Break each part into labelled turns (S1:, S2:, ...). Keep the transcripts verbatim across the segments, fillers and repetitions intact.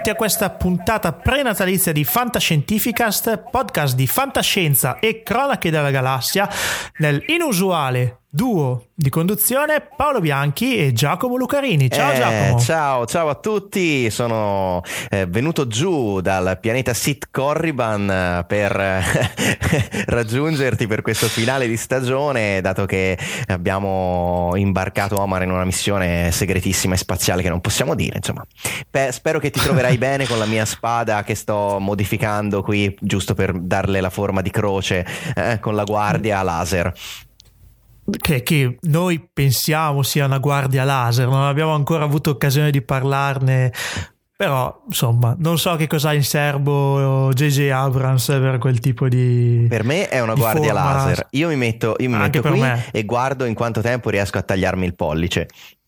S1: benvenuti a questa puntata prenatalizia di Fantascientificast, podcast di fantascienza e cronache della galassia, nel inusuale duo di conduzione Paolo Bianchi e Giacomo Lucarini. Ciao
S2: eh,
S1: Giacomo.
S2: Ciao, ciao a tutti. Sono eh, venuto giù dal pianeta Sith Corriban eh, per eh, raggiungerti per questo finale di stagione, dato che abbiamo imbarcato Omar in una missione segretissima e spaziale che non possiamo dire. Insomma, Pe- spero che ti troverai bene con la mia spada che sto modificando qui, giusto per darle la forma di croce, eh, con la guardia laser.
S1: Che, che noi pensiamo sia una guardia laser, non abbiamo ancora avuto occasione di parlarne, però insomma non so che cosa ha in serbo J J Abrams per quel tipo di...
S2: Per me è una guardia
S1: forma...
S2: laser. Io mi metto, io mi
S1: Anche
S2: metto
S1: per
S2: qui
S1: me.
S2: E guardo in quanto tempo riesco a tagliarmi il pollice.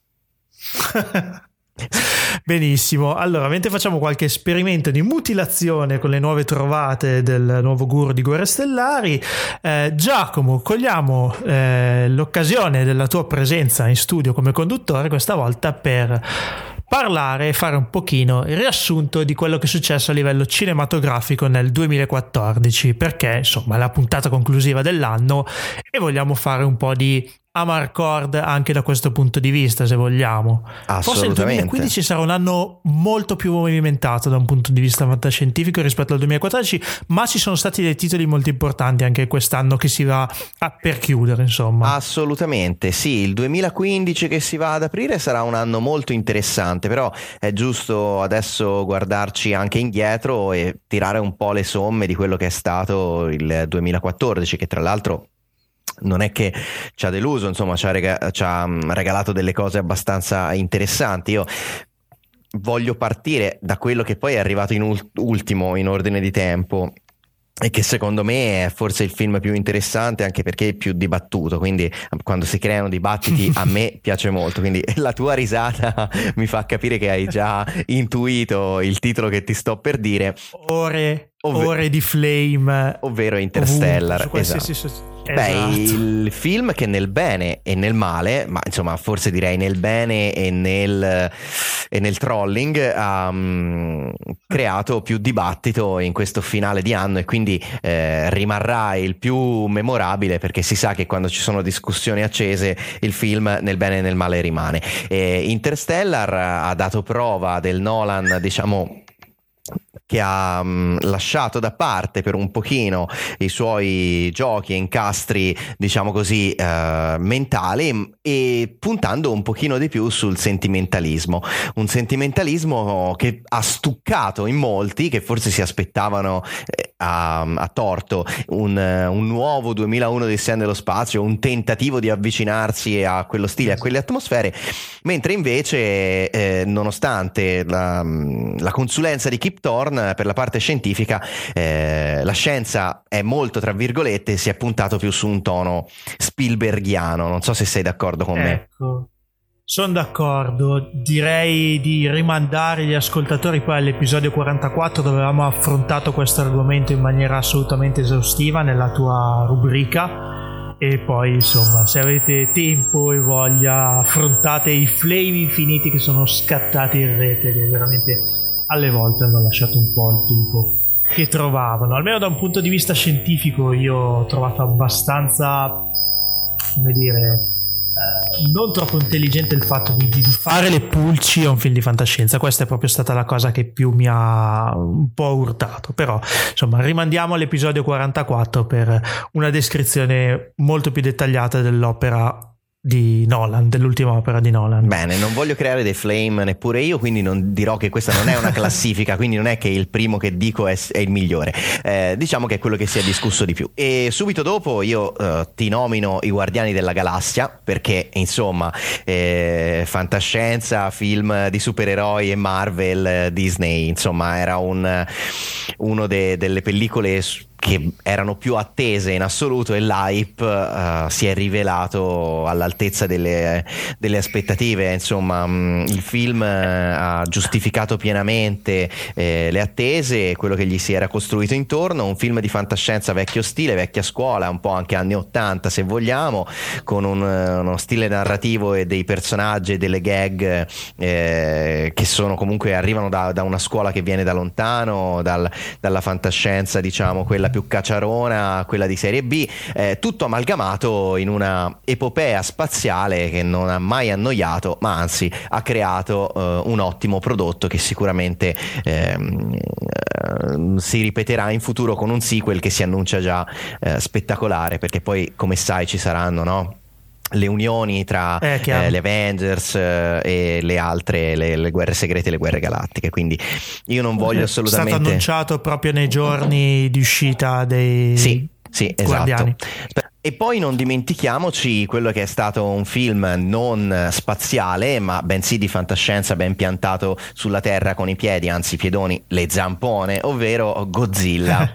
S1: Benissimo, allora mentre facciamo qualche esperimento di mutilazione con le nuove trovate del nuovo guru di Guerre Stellari, eh, Giacomo, cogliamo eh, l'occasione della tua presenza in studio come conduttore questa volta per parlare e fare un pochino il riassunto di quello che è successo a livello cinematografico nel duemilaquattordici, perché insomma è la puntata conclusiva dell'anno e vogliamo fare un po' di Amarcord anche da questo punto di vista, se vogliamo. Forse il duemilaquindici sarà un anno molto più movimentato da un punto di vista fantascientifico rispetto al duemilaquattordici, ma ci sono stati dei titoli molto importanti anche quest'anno che si va a per chiudere, insomma.
S2: Assolutamente sì, il duemilaquindici che si va ad aprire sarà un anno molto interessante, però è giusto adesso guardarci anche indietro e tirare un po' le somme di quello che è stato il duemilaquattordici, che tra l'altro non è che ci ha deluso, insomma ci ha, rega- ci ha regalato delle cose abbastanza interessanti. Io voglio partire da quello che poi è arrivato in ul- ultimo in ordine di tempo e che secondo me è forse il film più interessante, anche perché è più dibattuto, quindi quando si creano dibattiti a me piace molto, quindi la tua risata mi fa capire che hai già intuito il titolo che ti sto per dire.
S1: Ore, Ove- ore di flame,
S2: ovvero Interstellar.
S1: Ovunque, su qualsiasi
S2: esatto.
S1: so-
S2: Beh,
S1: esatto.
S2: il film che nel bene e nel male, ma insomma forse direi nel bene e nel, e nel trolling, ha um, creato più dibattito in questo finale di anno e quindi eh, rimarrà il più memorabile, perché si sa che quando ci sono discussioni accese il film nel bene e nel male rimane. E Interstellar ha dato prova del Nolan, diciamo, che ha um, lasciato da parte per un pochino i suoi giochi e incastri, diciamo così, uh, mentali, e puntando un pochino di più sul sentimentalismo, un sentimentalismo che ha stuccato in molti, che forse si aspettavano eh, a, a torto un, un nuovo duemilauno Odissea nello spazio, un tentativo di avvicinarsi a quello stile, a quelle atmosfere, mentre invece eh, nonostante la, la consulenza di Kip Thorne per la parte scientifica, eh, la scienza è molto tra virgolette, si è puntato più su un tono Spielbergiano. Non so se sei d'accordo con
S1: ecco,
S2: me.
S1: Sono d'accordo, direi di rimandare gli ascoltatori poi all'episodio quarantaquattro, dove avevamo affrontato questo argomento in maniera assolutamente esaustiva nella tua rubrica, e poi insomma se avete tempo e voglia affrontate i flame infiniti che sono scattati in rete, che veramente alle volte hanno lasciato un po' il tempo che trovavano. Almeno da un punto di vista scientifico io ho trovato abbastanza, come dire, eh, non troppo intelligente il fatto di, di fare le pulci a un film di fantascienza. Questa è proprio stata la cosa che più mi ha un po' urtato, però insomma rimandiamo all'episodio quarantaquattro per una descrizione molto più dettagliata dell'opera di Nolan, dell'ultima opera di Nolan.
S2: Bene, non voglio creare dei flame neppure io, quindi non dirò che questa non è una classifica, quindi non è che il primo che dico è, è il migliore, eh, diciamo che è quello che si è discusso di più. E subito dopo io eh, ti nomino I Guardiani della Galassia, perché insomma eh, fantascienza, film di supereroi e Marvel, Disney, insomma era un, uno de, delle pellicole che erano più attese in assoluto, e l'hype uh, si è rivelato all'altezza delle, delle aspettative. Insomma, mh, il film uh, ha giustificato pienamente eh, le attese, quello che gli si era costruito intorno. Un film di fantascienza vecchio stile, vecchia scuola, un po' anche anni ottanta se vogliamo, con un, uno stile narrativo e dei personaggi e delle gag eh, che sono comunque arrivano da, da una scuola che viene da lontano, dal, dalla fantascienza diciamo quella più cacciarona, quella di serie B, eh, tutto amalgamato in una epopea spaziale che non ha mai annoiato, ma anzi ha creato eh, un ottimo prodotto che sicuramente ehm, eh, si ripeterà in futuro con un sequel che si annuncia già eh, spettacolare, perché poi come sai ci saranno, no? Le unioni tra eh, eh, le Avengers eh, e le altre, le, le guerre segrete e le guerre galattiche, quindi io non voglio assolutamente...
S1: È stato annunciato proprio nei giorni di uscita dei
S2: sì, sì,
S1: Guardiani.
S2: Esatto. E poi non dimentichiamoci quello che è stato un film non spaziale, ma bensì di fantascienza, ben piantato sulla terra con i piedi, anzi piedoni, le zampone, ovvero Godzilla.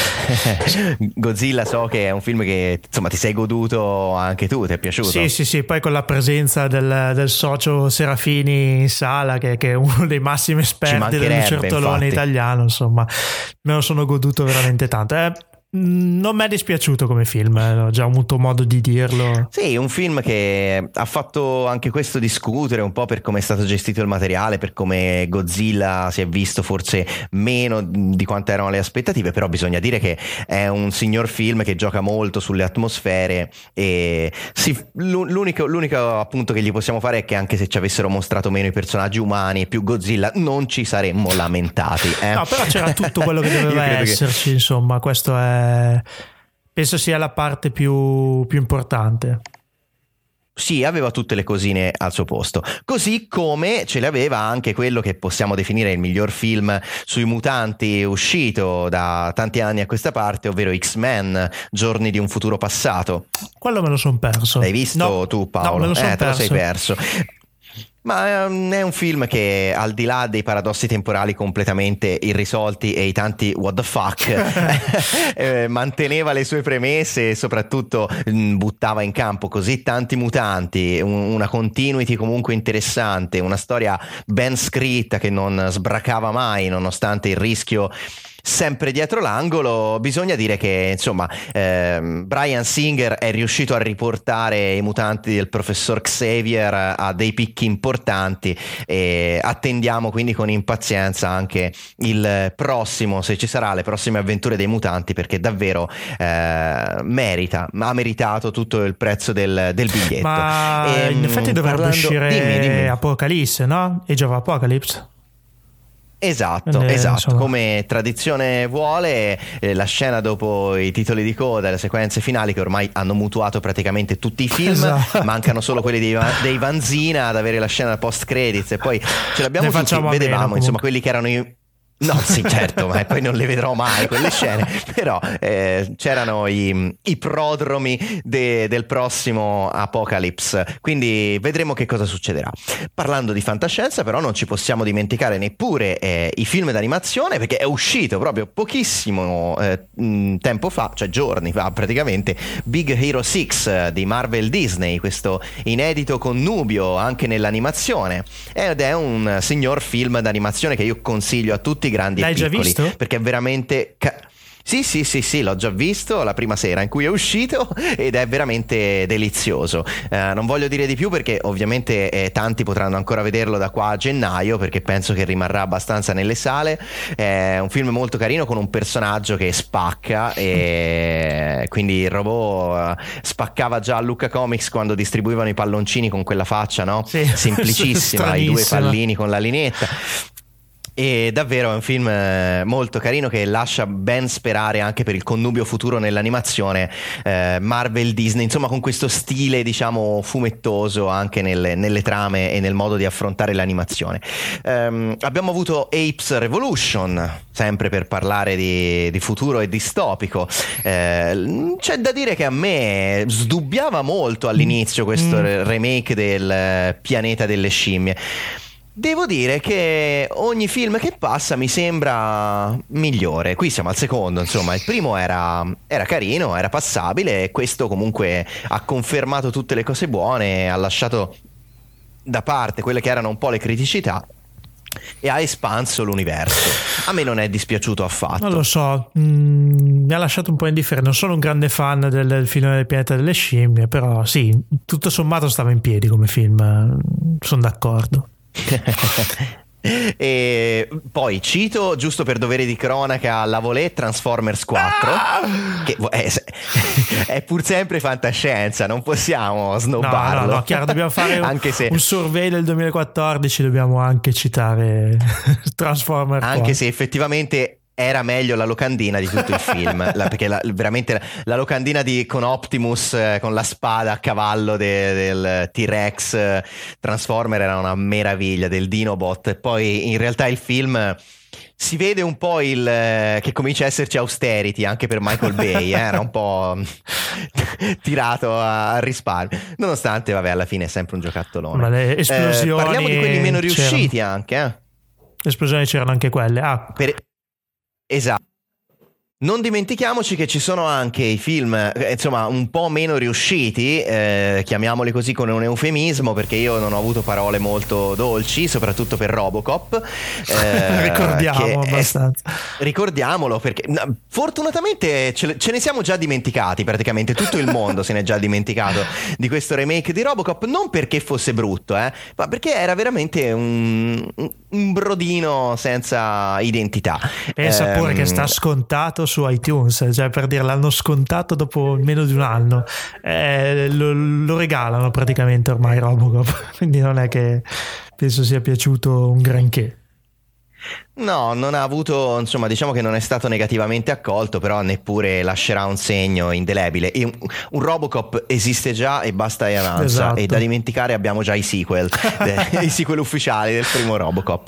S2: Godzilla, so che è un film che insomma ti sei goduto anche tu, ti è piaciuto?
S1: Sì, sì, sì, poi con la presenza del, del socio Serafini in sala, che, che è uno dei massimi esperti del lucertolone italiano, insomma, me lo sono goduto veramente tanto. Eh, non mi è dispiaciuto come film, eh, ho già avuto modo di dirlo.
S2: Sì, un film che ha fatto anche questo discutere un po' per come è stato gestito il materiale, per come Godzilla si è visto forse meno di quanto erano le aspettative, però bisogna dire che è un signor film che gioca molto sulle atmosfere e sì, l'unico, l'unico appunto che gli possiamo fare è che anche se ci avessero mostrato meno i personaggi umani e più Godzilla non ci saremmo lamentati, eh?
S1: No, però c'era tutto quello che doveva esserci, che... insomma, questo è penso sia la parte più, più importante.
S2: Sì, aveva tutte le cosine al suo posto, così come ce le aveva anche quello che possiamo definire il miglior film sui mutanti uscito da tanti anni a questa parte, ovvero X-Men, Giorni di un futuro passato.
S1: Quello me lo son perso.
S2: L'hai visto
S1: no,
S2: tu, Paolo?
S1: No, me lo son
S2: eh,
S1: perso.
S2: Te lo sei perso. Ma um, è un film che, al di là dei paradossi temporali completamente irrisolti e i tanti what the fuck, eh, manteneva le sue premesse e soprattutto mh, buttava in campo così tanti mutanti, un, una continuity comunque interessante, una storia ben scritta che non sbracava mai nonostante il rischio sempre dietro l'angolo. Bisogna dire che insomma ehm, Bryan Singer è riuscito a riportare i mutanti del professor Xavier a dei picchi importanti e attendiamo quindi con impazienza anche il prossimo, se ci sarà, le prossime avventure dei mutanti, perché davvero eh, merita, ha meritato tutto il prezzo del, del biglietto.
S1: Ma e, in effetti dovrebbe parlando... uscire dimmi, dimmi. Apocalisse, no? Age of Apocalypse.
S2: Esatto,
S1: eh,
S2: esatto.
S1: Insomma.
S2: Come tradizione vuole, eh, la scena dopo i titoli di coda e le sequenze finali, che ormai hanno mutuato praticamente tutti i film, esatto. Mancano solo quelli dei, dei Vanzina ad avere la scena post credits, e poi ce l'abbiamo
S1: ne
S2: tutti, vedevamo
S1: meno,
S2: insomma quelli che erano i... No, sì, certo, ma poi non le vedrò mai quelle scene, però eh, c'erano i, i prodromi de, del prossimo Apocalypse, quindi vedremo che cosa succederà. Parlando di fantascienza, però, non ci possiamo dimenticare neppure eh, i film d'animazione, perché è uscito proprio pochissimo eh, tempo fa, cioè giorni fa praticamente, Big Hero sei di Marvel Disney, questo inedito connubio anche nell'animazione, ed è un signor film d'animazione che io consiglio a tutti, grandi
S1: L'hai
S2: e piccoli,
S1: già visto?
S2: perché è veramente ca- sì sì sì sì l'ho già visto la prima sera in cui è uscito ed è veramente delizioso. Eh, non voglio dire di più perché ovviamente eh, tanti potranno ancora vederlo da qua a gennaio, perché penso che rimarrà abbastanza nelle sale. È un film molto carino con un personaggio che spacca, e quindi il robot spaccava già a Lucca Comics quando distribuivano i palloncini con quella faccia, no?
S1: Sì,
S2: semplicissima, i due pallini con la linetta. E davvero è un film molto carino che lascia ben sperare anche per il connubio futuro nell'animazione eh, Marvel Disney, insomma, con questo stile diciamo fumettoso anche nelle, nelle trame e nel modo di affrontare l'animazione. Um, abbiamo avuto Apes Revolution, sempre per parlare di, di futuro e distopico. Eh, c'è da dire che a me sdubbiava molto all'inizio questo mm. remake del Pianeta delle Scimmie. Devo dire che ogni film che passa mi sembra migliore. Qui siamo al secondo, insomma. Il primo era, era carino, era passabile, e questo comunque ha confermato tutte le cose buone, ha lasciato da parte quelle che erano un po' le criticità e ha espanso l'universo. A me non è dispiaciuto affatto.
S1: Non lo so, mm, mi ha lasciato un po' indifferente. Non sono un grande fan del, del film del pianeta delle scimmie, però sì, tutto sommato stava in piedi come film, sono d'accordo.
S2: E poi cito, giusto per dovere di cronaca, la volée Transformers quattro, ah! che è, è pur sempre fantascienza, non possiamo snobbarlo.
S1: No, no, no, chiaro, dobbiamo fare
S2: anche se,
S1: un survey del duemilaquattordici, dobbiamo anche citare Transformers
S2: anche
S1: quattro.
S2: Se effettivamente era meglio la locandina di tutto il film, la, perché la, veramente la, la locandina di, con Optimus eh, con la spada a cavallo de, del T-Rex eh, Transformer era una meraviglia, del Dinobot. E poi in realtà il film si vede un po' il eh, che comincia a esserci austerity anche per Michael Bay, eh, era un po' tirato a, a risparmio, nonostante vabbè alla fine è sempre un giocattolone.
S1: Ma le esplosioni
S2: eh, parliamo di quelli meno riusciti
S1: c'erano.
S2: Anche eh.
S1: Le esplosioni c'erano anche quelle. Ah.
S2: Per... Esatto. Non dimentichiamoci che ci sono anche i film, eh, insomma, un po' meno riusciti, eh, chiamiamoli così con un eufemismo, perché io non ho avuto parole molto dolci, soprattutto per Robocop.
S1: Eh, Ricordiamo abbastanza.
S2: È, ricordiamolo, perché no, fortunatamente ce, ce ne siamo già dimenticati, praticamente tutto il mondo se ne è già dimenticato di questo remake di Robocop, non perché fosse brutto, eh, ma perché era veramente un, un brodino senza identità.
S1: Pensa
S2: eh,
S1: pure che sta scontato su iTunes, cioè per dire l'hanno scontato dopo meno di un anno, eh, lo, lo regalano praticamente ormai Robocop, quindi non è che penso sia piaciuto un granché.
S2: No, non ha avuto, insomma, diciamo che non è stato negativamente accolto, però neppure lascerà un segno indelebile. E un, un Robocop esiste già e basta e avanza. Esatto. E da dimenticare abbiamo già i sequel, i sequel ufficiali del primo Robocop.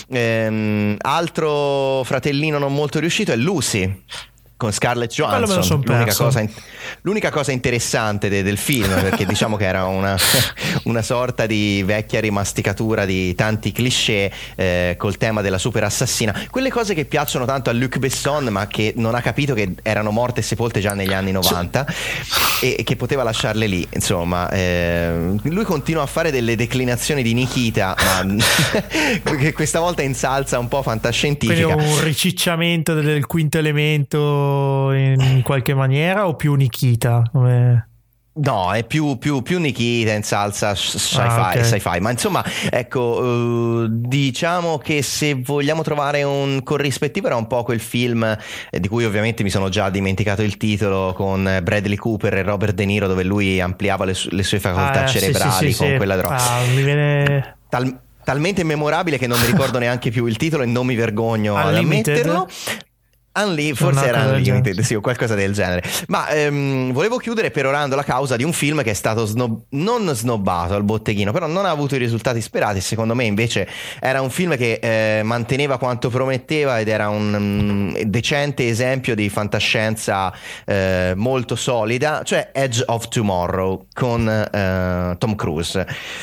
S2: Ehm, altro fratellino non molto riuscito è Lucy, con Scarlett Johansson. L'unica cosa, l'unica cosa interessante de, del film, perché diciamo che era una, una sorta di vecchia rimasticatura di tanti cliché eh, col tema della super assassina, quelle cose che piacciono tanto a Luc Besson, ma che non ha capito che erano morte e sepolte già negli anni novanta e, e che poteva lasciarle lì. Insomma, eh, lui continua a fare delle declinazioni di Nikita, ma che questa volta in salsa un po' fantascientifica.
S1: Quindi un ricicciamento del quinto elemento in qualche maniera, o più Nikita? Come...
S2: No, è più, più, più Nikita in salsa sci-fi,
S1: ah, okay.
S2: sci-fi. Ma insomma, ecco, uh, diciamo che se vogliamo trovare un corrispettivo era un po' quel film eh, di cui ovviamente mi sono già dimenticato il titolo, con Bradley Cooper e Robert De Niro, dove lui ampliava le, su- le sue facoltà
S1: ah,
S2: cerebrali
S1: sì, sì,
S2: con
S1: sì,
S2: quella droga.
S1: Ah, mi viene...
S2: Tal- talmente memorabile che non mi ricordo neanche più il titolo e non mi vergogno ad ammetterlo. Unli- forse era Unlimited, sì, o qualcosa del genere. Ma ehm, volevo chiudere perorando la causa di un film che è stato snob- non snobbato al botteghino, però non ha avuto i risultati sperati. Secondo me invece era un film che eh, manteneva quanto prometteva ed era un um, decente esempio di fantascienza eh, molto solida, cioè Edge of Tomorrow con eh, Tom Cruise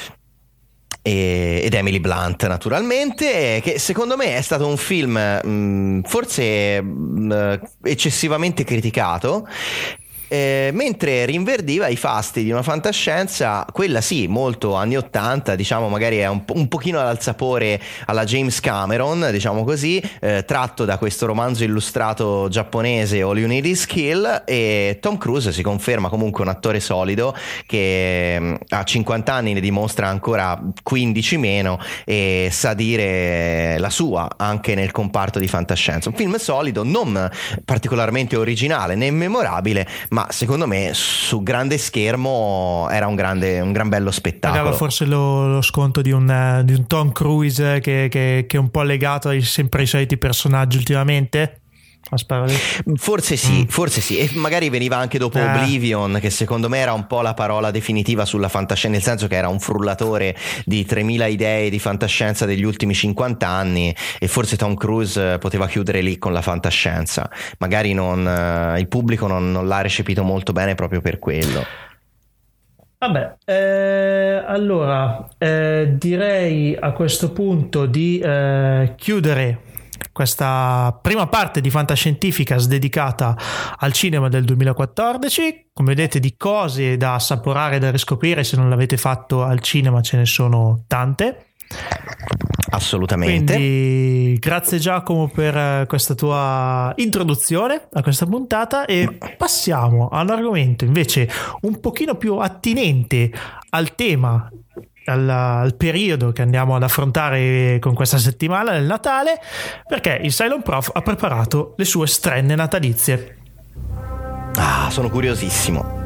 S2: ed Emily Blunt, naturalmente, che secondo me è stato un film mh, forse mh, eccessivamente criticato, eh, mentre rinverdiva i fasti di una fantascienza, quella sì, molto anni ottanta, diciamo, magari è un, po- un pochino all'alzapore alla James Cameron, diciamo così, eh, tratto da questo romanzo illustrato giapponese All You Need Is Kill. E Tom Cruise si conferma comunque un attore solido che mh, a cinquanta anni ne dimostra ancora quindici meno e sa dire la sua anche nel comparto di fantascienza. Un film solido, non particolarmente originale né memorabile, ma secondo me su grande schermo era un grande, un gran bello spettacolo.
S1: Pagava forse lo, lo sconto di un, di un Tom Cruise che, che, che è un po' legato ai, sempre ai soliti personaggi ultimamente?
S2: Forse sì, mm. forse sì, e magari veniva anche dopo eh. Oblivion, che secondo me era un po' la parola definitiva sulla fantascienza, nel senso che era un frullatore di tremila idee di fantascienza degli ultimi cinquanta anni, e forse Tom Cruise poteva chiudere lì con la fantascienza. Magari non, il pubblico non, non l'ha recepito molto bene proprio per quello.
S1: Vabbè, eh, allora eh, direi a questo punto di eh, chiudere questa prima parte di Fantascientificast dedicata al cinema del duemilaquattordici. Come vedete, di cose da assaporare, da riscoprire, se non l'avete fatto al cinema ce ne sono tante.
S2: Assolutamente.
S1: Quindi grazie Giacomo per questa tua introduzione a questa puntata, e passiamo a un argomento invece un pochino più attinente al tema, al, al periodo che andiamo ad affrontare con questa settimana del Natale, perché il Cylon Prof ha preparato le sue strenne natalizie.
S2: Ah, sono curiosissimo.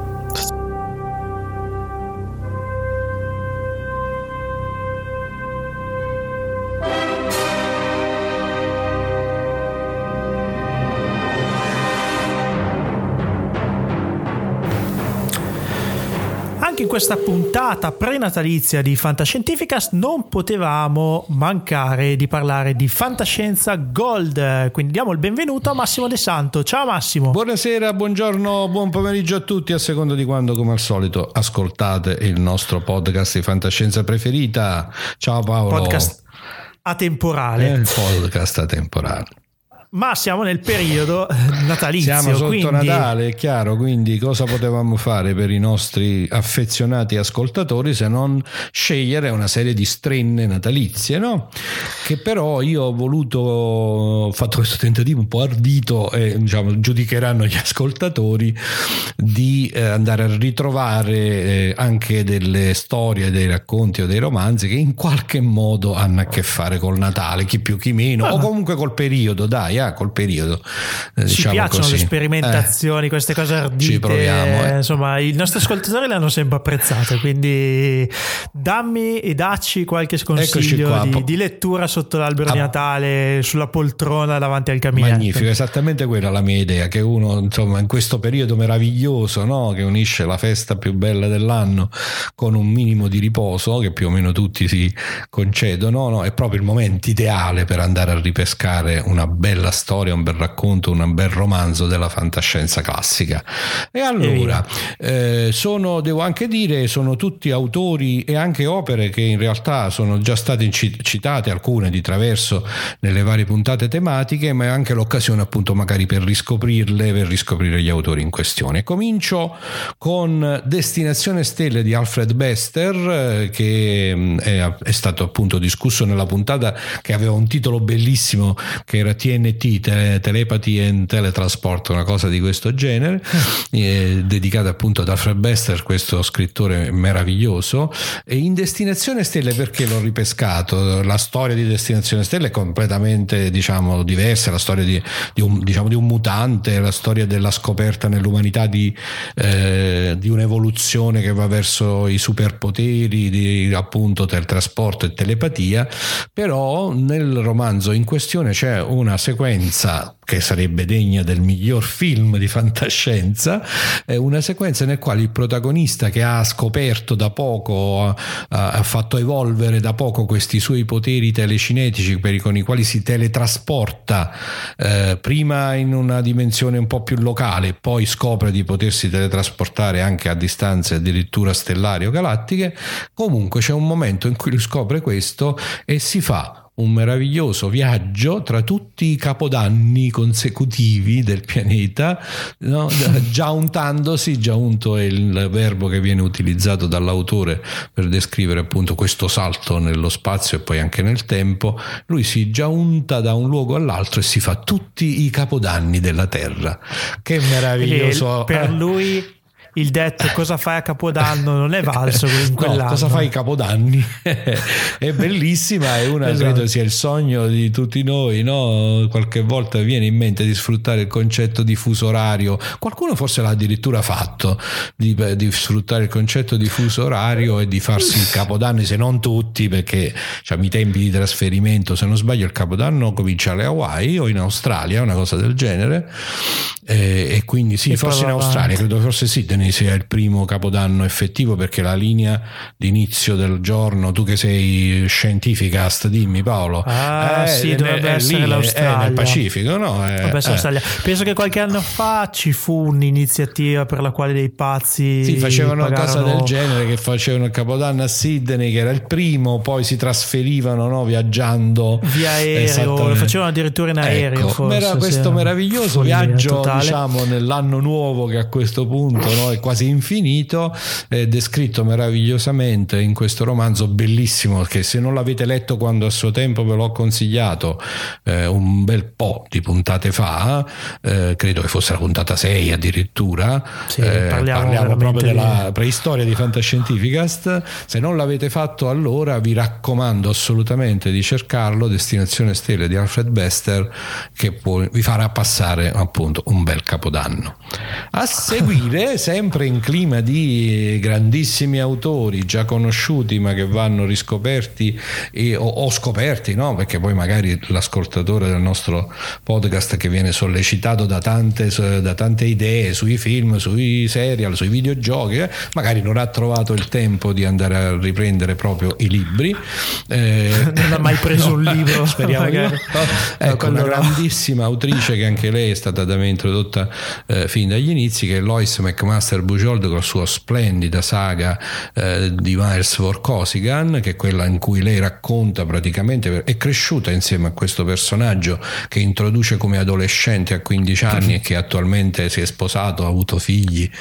S1: In questa puntata prenatalizia di Fantascientificast non potevamo mancare di parlare di fantascienza gold, quindi diamo il benvenuto a Massimo De Santo. Ciao Massimo.
S3: Buonasera, buongiorno, buon pomeriggio a tutti, a seconda di quando, come al solito, ascoltate il nostro podcast di fantascienza preferita. Ciao Paolo.
S1: Podcast atemporale.
S3: È il podcast atemporale.
S1: Ma siamo nel periodo natalizio.
S3: Siamo sotto
S1: quindi...
S3: Natale, è chiaro, quindi cosa potevamo fare per i nostri affezionati ascoltatori se non scegliere una serie di strenne natalizie, no? Che però io ho voluto, ho fatto questo tentativo un po' ardito, e diciamo giudicheranno gli ascoltatori, di eh, andare a ritrovare eh, anche delle storie, dei racconti o dei romanzi che in qualche modo hanno a che fare col Natale, chi più chi meno, ah. o comunque col periodo, dai. Col periodo eh,
S1: ci
S3: diciamo
S1: piacciono
S3: così.
S1: Le sperimentazioni, eh, queste cose ardite,
S3: ci proviamo, eh.
S1: Insomma i nostri ascoltatori le hanno sempre apprezzate, quindi dammi e dacci qualche consiglio di, di lettura sotto l'albero ah. di Natale, sulla poltrona davanti al caminetto.
S3: Magnifico, esattamente quella la mia idea, che uno insomma in questo periodo meraviglioso, no? Che unisce la festa più bella dell'anno con un minimo di riposo che più o meno tutti si concedono, no? È proprio il momento ideale per andare a ripescare una bella storia, un bel racconto, un bel romanzo della fantascienza classica. E allora eh, sono, devo anche dire, sono tutti autori e anche opere che in realtà sono già state citate, alcune di traverso nelle varie puntate tematiche, ma è anche l'occasione appunto magari per riscoprirle, per riscoprire gli autori in questione. Comincio con Destinazione Stelle di Alfred Bester, che è, è stato appunto discusso nella puntata che aveva un titolo bellissimo che era T N T, tele, Telepathy and Teletransport, una cosa di questo genere, eh, dedicata appunto ad Alfred Bester, questo scrittore meraviglioso. E in Destinazione Stelle, perché l'ho ripescato? La storia di Destinazione Stelle è completamente, diciamo, diversa, la storia di, di, un, diciamo, di un mutante, la storia della scoperta nell'umanità di, eh, di un'evoluzione che va verso i superpoteri, di appunto teletrasporto e telepatia. Però nel romanzo in questione c'è una sequenza che sarebbe degna del miglior film di fantascienza, è una sequenza nel quale il protagonista, che ha scoperto da poco, ha, ha fatto evolvere da poco questi suoi poteri telecinetici per, con i quali si teletrasporta eh, prima in una dimensione un po' più locale, poi scopre di potersi teletrasportare anche a distanze addirittura stellari o galattiche. Comunque c'è un momento in cui lui scopre questo e si fa un meraviglioso viaggio tra tutti i capodanni consecutivi del pianeta, no? Già untandosi, già unto è il verbo che viene utilizzato dall'autore per descrivere appunto questo salto nello spazio e poi anche nel tempo. Lui si già unta da un luogo all'altro e si fa tutti i capodanni della Terra. Che meraviglioso!
S1: Per lui il detto cosa fai a Capodanno non è valso in quell'anno.
S3: No, cosa fai a Capodanni è bellissima, è una esatto. Credo sia il sogno di tutti noi, no? Qualche volta viene in mente di sfruttare il concetto di fuso orario, qualcuno forse l'ha addirittura fatto, di, di sfruttare il concetto di fuso orario e di farsi il Capodanno, se non tutti, perché diciamo, i tempi di trasferimento, se non sbaglio il Capodanno comincia alle Hawaii o in Australia, una cosa del genere, e, e quindi sì, e forse in Australia, credo forse sì, immagini sia il primo Capodanno effettivo, perché la linea d'inizio del giorno, tu che sei scientificast, dimmi Paolo.
S1: Ah,
S3: eh,
S1: sì,
S3: eh,
S1: dovrebbe
S3: eh,
S1: essere
S3: lì,
S1: l'Australia.
S3: È nel Pacifico, no? Eh,
S1: Dovrebbe essere
S3: eh.
S1: l'Australia. Penso che qualche anno fa ci fu un'iniziativa per la quale dei pazzi
S3: sì, facevano una
S1: pagarono...
S3: cosa del genere, che facevano il Capodanno a Sydney, che era il primo, poi si trasferivano, no, viaggiando
S1: via aereo, lo facevano addirittura in aereo.
S3: Ecco,
S1: forse,
S3: era questo
S1: sì,
S3: meraviglioso
S1: follia
S3: viaggio
S1: totale.
S3: diciamo nell'anno nuovo, che a questo punto, no, è quasi infinito, è descritto meravigliosamente in questo romanzo bellissimo, che se non l'avete letto quando a suo tempo ve l'ho consigliato eh, un bel po' di puntate fa, eh, credo che fosse la puntata sei addirittura,
S1: sì,
S3: eh,
S1: parliamo,
S3: parliamo proprio della
S1: di...
S3: preistoria di Fantascientificast. Se non l'avete fatto, allora vi raccomando assolutamente di cercarlo, Destinazione Stelle di Alfred Bester, che poi vi farà passare appunto un bel Capodanno. A seguire, sempre in clima di grandissimi autori già conosciuti ma che vanno riscoperti e, o, o scoperti, no? Perché poi magari l'ascoltatore del nostro podcast, che viene sollecitato da tante, da tante idee sui film, sui serial, sui videogiochi, eh, magari non ha trovato il tempo di andare a riprendere proprio i libri, eh,
S1: non ha mai preso
S3: no,
S1: un libro,
S3: speriamo di no.
S1: no,
S3: Ecco, una
S1: no.
S3: grandissima autrice, che anche lei è stata da me introdotta eh, fin dagli inizi, che è Lois McMaster Bujold, con la sua splendida saga eh, di Miles Vorkosigan, che è quella in cui lei racconta praticamente, è cresciuta insieme a questo personaggio che introduce come adolescente a quindici anni e che attualmente si è sposato, ha avuto figli,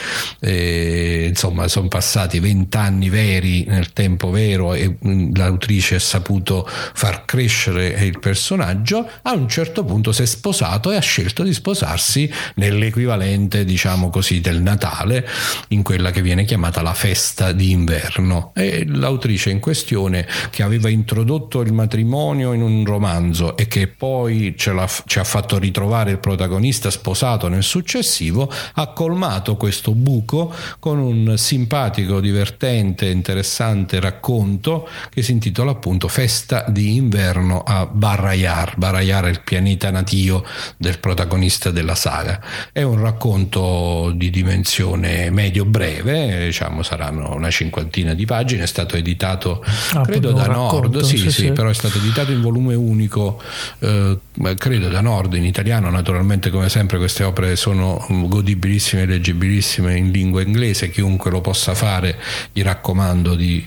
S3: e, insomma sono passati vent'anni veri nel tempo vero, e mh, l'autrice ha saputo far crescere il personaggio. A un certo punto si è sposato e ha scelto di sposarsi nell'equivalente, diciamo così, del Natale, in quella che viene chiamata la festa di inverno, e l'autrice in questione, che aveva introdotto il matrimonio in un romanzo e che poi ce l'ha, ci ha fatto ritrovare il protagonista sposato nel successivo, ha colmato questo buco con un simpatico, divertente, interessante racconto che si intitola appunto Festa di inverno a Barrayar. Barrayar è il pianeta natio del protagonista della saga. È un racconto di dimensione medio-breve, diciamo saranno una cinquantina di pagine, è stato editato ah, credo da Nord, sì, sì, sì, però è stato editato in volume unico, eh, credo da Nord, in italiano. Naturalmente, come sempre, queste opere sono godibilissime e leggibilissime in lingua inglese. Chiunque lo possa fare, gli raccomando di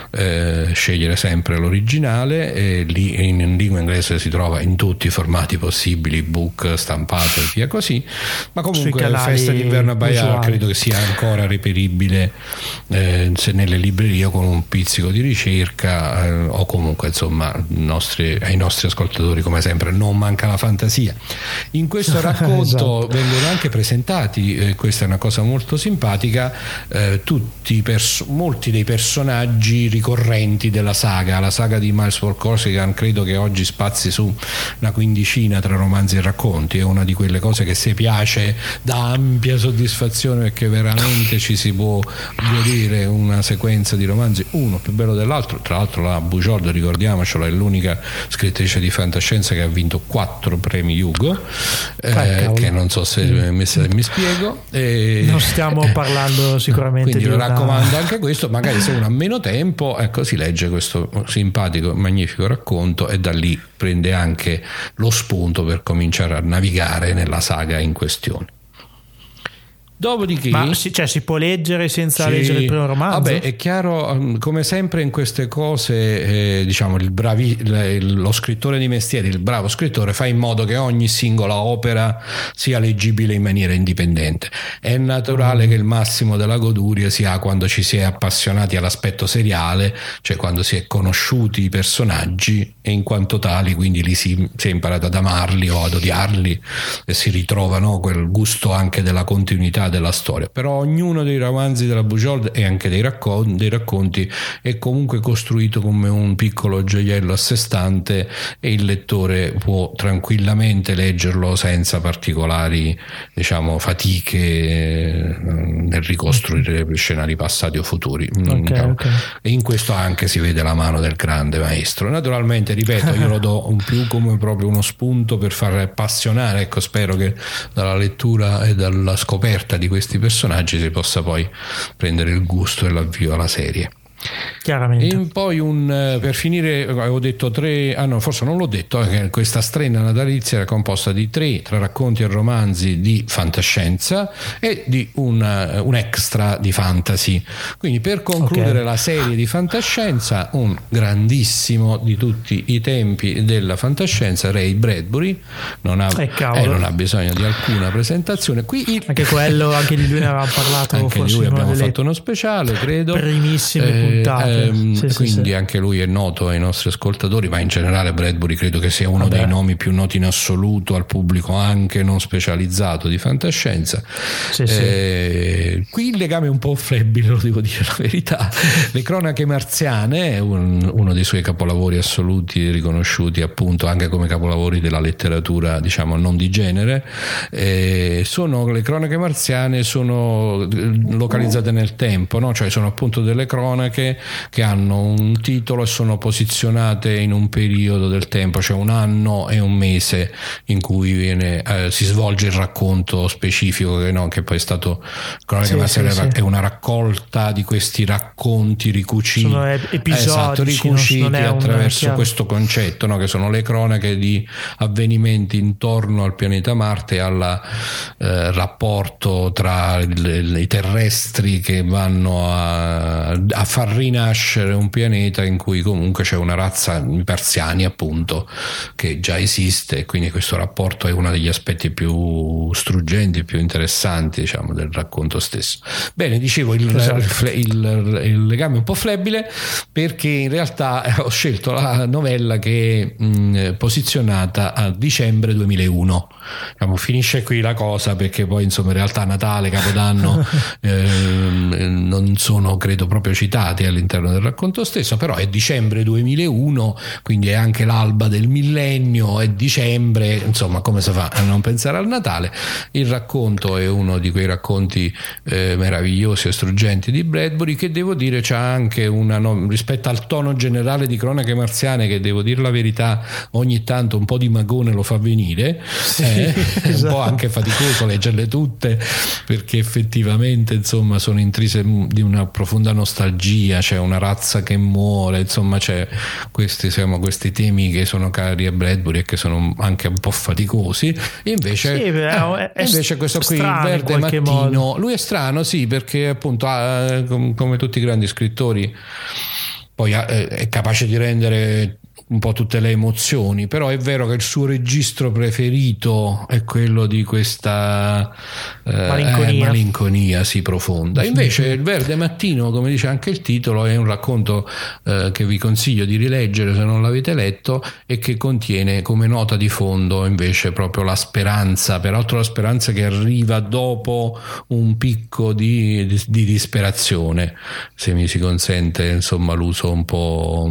S3: eh, scegliere sempre l'originale, e lì in, in lingua inglese si trova in tutti i formati possibili, book, stampato e via così. Ma comunque la Festa d'inverno a Barrayar credo che sia ancora reperibile eh, se nelle librerie, con un pizzico di ricerca, eh, o comunque insomma nostri, ai nostri ascoltatori come sempre non manca la fantasia. In questo racconto esatto. vengono anche presentati, eh, questa è una cosa molto simpatica, eh, tutti pers- molti dei personaggi ricorrenti della saga. La saga di Miles Vorkosigan credo che oggi spazi su una quindicina tra romanzi e racconti. È una di quelle cose che, se piace, dà ampia soddisfazione, perché veramente ci si può godere una sequenza di romanzi, uno più bello dell'altro. Tra l'altro la Bujold, ricordiamocelo, è l'unica scrittrice di fantascienza che ha vinto quattro premi Hugo, eh, che non so se mm. mi, se mi spiego, e...
S1: non stiamo parlando sicuramente
S3: quindi
S1: di
S3: lo
S1: una...
S3: raccomando anche questo. Magari se uno ha meno tempo, ecco, si legge questo simpatico, magnifico racconto, e da lì prende anche lo spunto per cominciare a navigare nella saga in questione. Dopodiché,
S1: ma si, cioè, si può leggere senza
S3: sì,
S1: leggere il primo romanzo?
S3: Vabbè, è chiaro, come sempre in queste cose, eh, diciamo il bravi, lo scrittore di mestiere, il bravo scrittore, fa in modo che ogni singola opera sia leggibile in maniera indipendente. È naturale mm. che il massimo della goduria si ha quando ci si è appassionati all'aspetto seriale, cioè quando si è conosciuti i personaggi, e in quanto tali quindi li si, si è imparato ad amarli o ad odiarli, e si ritrova, no, quel gusto anche della continuità della storia. Però ognuno dei romanzi della Bujold e anche dei racconti, dei racconti è comunque costruito come un piccolo gioiello a sé stante, e il lettore può tranquillamente leggerlo senza particolari, diciamo, fatiche nel ricostruire scenari passati o futuri.
S1: Okay, okay.
S3: E in questo anche si vede la mano del grande maestro. Naturalmente, ripeto, io lo do un più come proprio uno spunto per far appassionare, ecco, spero che dalla lettura e dalla scoperta vita di questi personaggi si possa poi prendere il gusto e l'avvio alla serie.
S1: Chiaramente.
S3: E poi un, per finire avevo detto tre, ah no forse non l'ho detto, che questa strenna natalizia era composta di tre, tre racconti e romanzi di fantascienza e di una, un extra di fantasy, quindi per concludere okay. la serie di fantascienza un grandissimo di tutti i tempi della fantascienza, Ray Bradbury, non ha,
S1: eh,
S3: eh, non ha bisogno di alcuna presentazione qui il,
S1: anche quello, anche di lui ne avevamo parlato,
S3: anche
S1: forse
S3: di lui abbiamo fatto uno speciale credo,
S1: primissime
S3: eh,
S1: puntate
S3: ehm,
S1: sì,
S3: quindi
S1: sì,
S3: anche lui è noto ai nostri ascoltatori, ma in generale Bradbury credo che sia uno Vabbè. dei nomi più noti in assoluto al pubblico anche non specializzato di fantascienza.
S1: Sì,
S3: eh, sì. Qui il legame è un po' flebile, lo devo dire la verità. Le cronache marziane è un, uno dei suoi capolavori assoluti, riconosciuti appunto anche come capolavori della letteratura diciamo non di genere. Eh, sono le cronache marziane sono localizzate nel tempo, no? Cioè sono appunto delle cronache che hanno un titolo e sono posizionate in un periodo del tempo, cioè un anno e un mese in cui viene, eh, si svolge il racconto specifico che, no, che poi è stato cronache sì, marziane sì, è una raccolta di questi racconti ricuciti,
S1: sono episodi
S3: esatto, ricuciti non, non attraverso
S1: una...
S3: questo concetto, no, che sono le cronache di avvenimenti intorno al pianeta Marte e al eh, rapporto tra il, i terrestri che vanno a, a far rinascere un pianeta in cui comunque c'è una razza, i marziani appunto, che già esiste, quindi questo rapporto è uno degli aspetti più struggenti, più interessanti diciamo del racconto stesso. Bene, dicevo il, esatto. il, il, il legame è un po' flebile perché in realtà ho scelto la novella che è mh, posizionata a dicembre duemilauno, diciamo, finisce qui la cosa perché poi insomma in realtà Natale, Capodanno eh, non sono credo proprio citati all'interno del racconto stesso, però è dicembre duemilauno, quindi è anche l'alba del millennio, è dicembre, insomma come si fa a non pensare al Natale. Il racconto è uno di quei racconti eh, meravigliosi e struggenti di Bradbury, che devo dire c'ha anche una, no, rispetto al tono generale di cronache marziane, che devo dire la verità ogni tanto un po' di magone lo fa venire, sì, eh, esatto. È un po' anche faticoso leggerle tutte perché effettivamente insomma sono intrise di una profonda nostalgia, c'è una razza che muore, insomma c'è questi, siamo, questi temi che sono cari a Bradbury e che sono anche un po' faticosi. E invece,
S1: sì, però, eh, è
S3: invece questo qui, il Verde Mattino, modo. Lui è strano, sì, perché appunto ha, come tutti i grandi scrittori poi ha, è capace di rendere un po' tutte le emozioni, però è vero che il suo registro preferito è quello di questa eh, malinconia, eh, malinconia sì, profonda. Invece il Verde Mattino, come dice anche il titolo, è un racconto eh, che vi consiglio di rileggere se non l'avete letto e che contiene come nota di fondo invece proprio la speranza, peraltro la speranza che arriva dopo un picco di, di, di disperazione, se mi si consente insomma l'uso un po'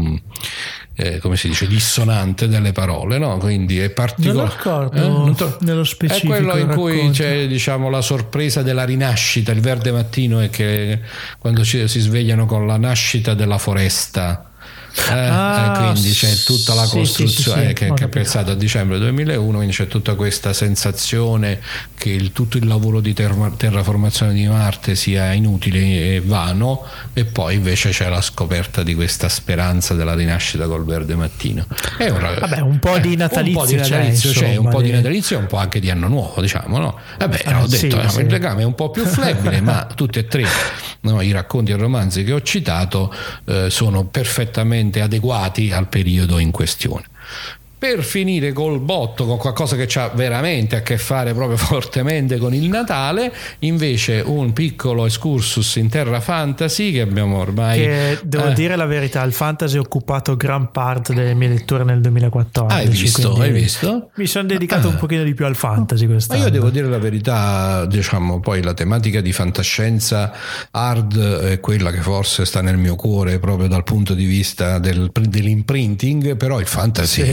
S3: Eh, come si dice, dissonante delle parole, no? Quindi è particolare.
S1: Non ricordo eh? nello specifico.
S3: È quello in cui c'è diciamo la sorpresa della rinascita. Il Verde Mattino è che quando ci, si svegliano con la nascita della foresta. Eh, ah, eh, quindi c'è tutta la sì, costruzione sì, sì, sì, che, che è pensata a dicembre duemilauno, quindi c'è tutta questa sensazione che il, tutto il lavoro di terra, terraformazione di Marte sia inutile e vano, e poi invece c'è la scoperta di questa speranza della rinascita col Verde Mattino. È un,
S1: Vabbè, un po' di natalizio,
S3: un po' di natalizio c'è, c'è un po' di natalizio e un po' anche di anno nuovo, diciamo, no? Vabbè, ah, ho detto sì, no, sì. Il legame è un po' più flebile, ma tutti e tre no, i racconti e romanzi che ho citato eh, sono perfettamente adeguati al periodo in questione. Per finire col botto, con qualcosa che ha veramente a che fare proprio fortemente con il Natale, invece un piccolo excursus in terra fantasy che abbiamo ormai
S1: che devo eh. dire la verità, il fantasy ha occupato gran parte delle mie letture nel duemilaquattordici.
S3: Hai visto? Hai visto?
S1: Mi sono dedicato ah. un pochino di più al fantasy quest'anno.
S3: Ma io devo dire la verità, diciamo, poi la tematica di fantascienza hard è quella che forse sta nel mio cuore proprio dal punto di vista del, dell'imprinting, però il fantasy sì.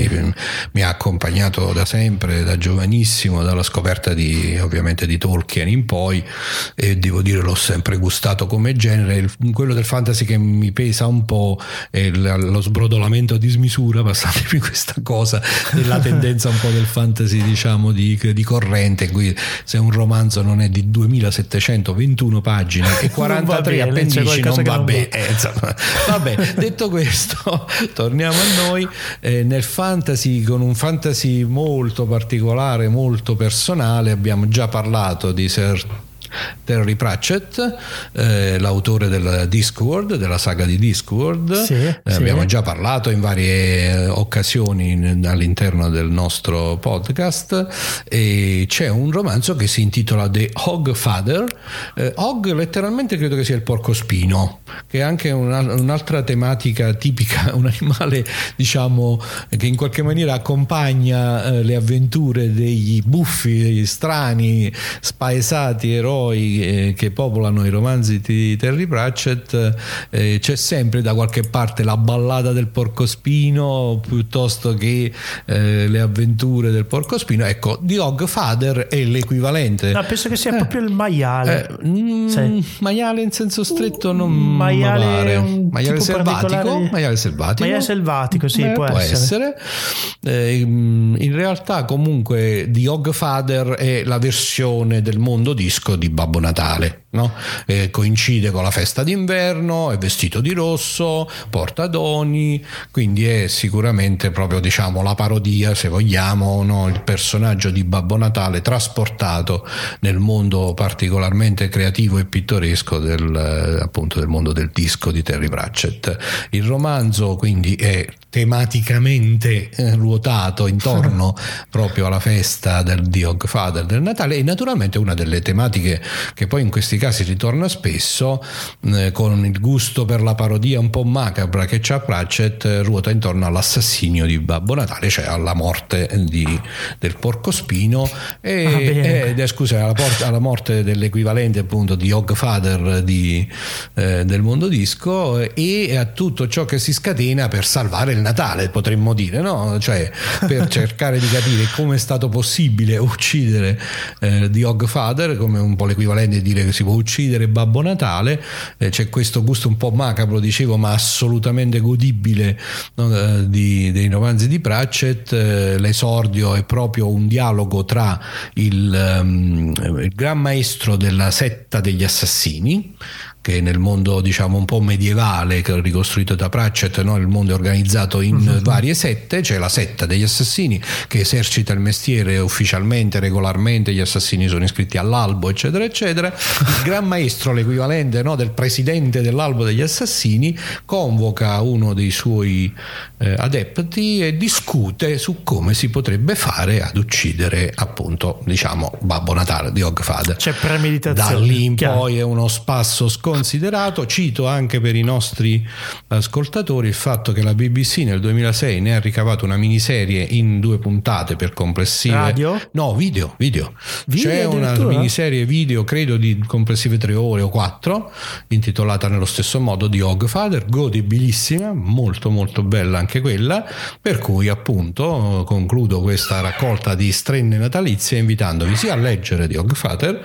S3: mi ha accompagnato da sempre, da giovanissimo, dalla scoperta di ovviamente di Tolkien in poi, e devo dire l'ho sempre gustato come genere. Il, quello del fantasy che mi pesa un po' è il, lo sbrodolamento a dismisura, passatemi questa cosa, della tendenza un po' del fantasy, diciamo, di, di corrente. Qui se un romanzo non è di duemilasettecentoventuno pagine e quarantatré appendici non va bene. Eh, insomma, vabbè, detto questo, torniamo a noi. Eh, nel fantasy, con un fantasy molto particolare, molto personale, abbiamo già parlato di Sir Terry Pratchett, eh, l'autore del Discworld, della saga di Discworld.
S1: Sì,
S3: eh,
S1: sì.
S3: Abbiamo già parlato in varie occasioni all'interno del nostro podcast, e c'è un romanzo che si intitola The Hogfather. eh, Hog letteralmente credo che sia il porcospino, che è anche una, un'altra tematica tipica, un animale, diciamo, che in qualche maniera accompagna eh, le avventure degli buffi, degli strani, spaesati eroi eh, che popolano i romanzi di Terry Pratchett. Eh, c'è sempre da qualche parte la ballata del porcospino piuttosto che eh, le avventure del porcospino. Ecco, The Hogfather è l'equivalente.
S1: No, penso che sia
S3: eh,
S1: proprio il maiale.
S3: Eh, mm,
S1: sì.
S3: Maiale in senso stretto non
S1: maiale,
S3: pare.
S1: un
S3: Maiale
S1: tipo
S3: selvatico,
S1: di...
S3: maiale selvatico.
S1: Maiale selvatico, sì,
S3: Beh,
S1: può,
S3: può essere.
S1: essere.
S3: Eh, in realtà comunque The Hogfather è la versione del mondo disco di Babbo Natale, no? Eh, coincide con la festa d'inverno, è vestito di rosso, porta doni, quindi è sicuramente proprio, diciamo, la parodia, se vogliamo, no? Il personaggio di Babbo Natale trasportato nel mondo particolarmente creativo e pittoresco del, appunto, del mondo del disco di Terry Pratchett. Il romanzo quindi è tematicamente eh, ruotato intorno proprio alla festa del The Hogfather, del Natale, e naturalmente una delle tematiche che poi in questi casi ritorna spesso, eh, con il gusto per la parodia un po' macabra che c'ha Pratchett, eh, ruota intorno all'assassinio di Babbo Natale, cioè alla morte di, del porcospino e,
S1: ah,
S3: ed, eh, scusa, alla, porta, alla morte dell'equivalente appunto di Hogfather di, eh, del mondo disco, e a tutto ciò che si scatena per salvare il Natale, potremmo dire, no? Cioè per cercare di capire come è stato possibile uccidere eh, The Hogfather, come un po' l'equivalente di dire che si può uccidere Babbo Natale. Eh, c'è questo gusto un po' macabro, dicevo, ma assolutamente godibile, no? eh, di, dei romanzi di Pratchett. Eh, l'esordio è proprio un dialogo tra il, um, il gran maestro della setta degli assassini, che nel mondo, diciamo, un po' medievale che è ricostruito da Pratchett, no? Il mondo è organizzato in uh-huh. varie sette. C'è la setta degli assassini che esercita il mestiere ufficialmente, regolarmente, gli assassini sono iscritti all'albo, eccetera eccetera. Il gran maestro, l'equivalente, no, del presidente dell'albo degli assassini, convoca uno dei suoi eh, adepti e discute su come si potrebbe fare ad uccidere, appunto, diciamo, Babbo Natale di Hogfather.
S1: C'è premeditazione.
S3: Da lì in
S1: Chiaro.
S3: poi è uno spasso considerato. Cito anche per i nostri ascoltatori il fatto che la B B C nel duemilasei ne ha ricavato una miniserie in due puntate per complessive
S1: radio?
S3: no video video,
S1: video
S3: c'è una miniserie video credo di complessive tre ore o quattro, intitolata nello stesso modo di Hogfather, godibilissima, molto molto bella anche quella, per cui appunto concludo questa raccolta di strenne natalizie invitandovi sia a leggere di Hogfather.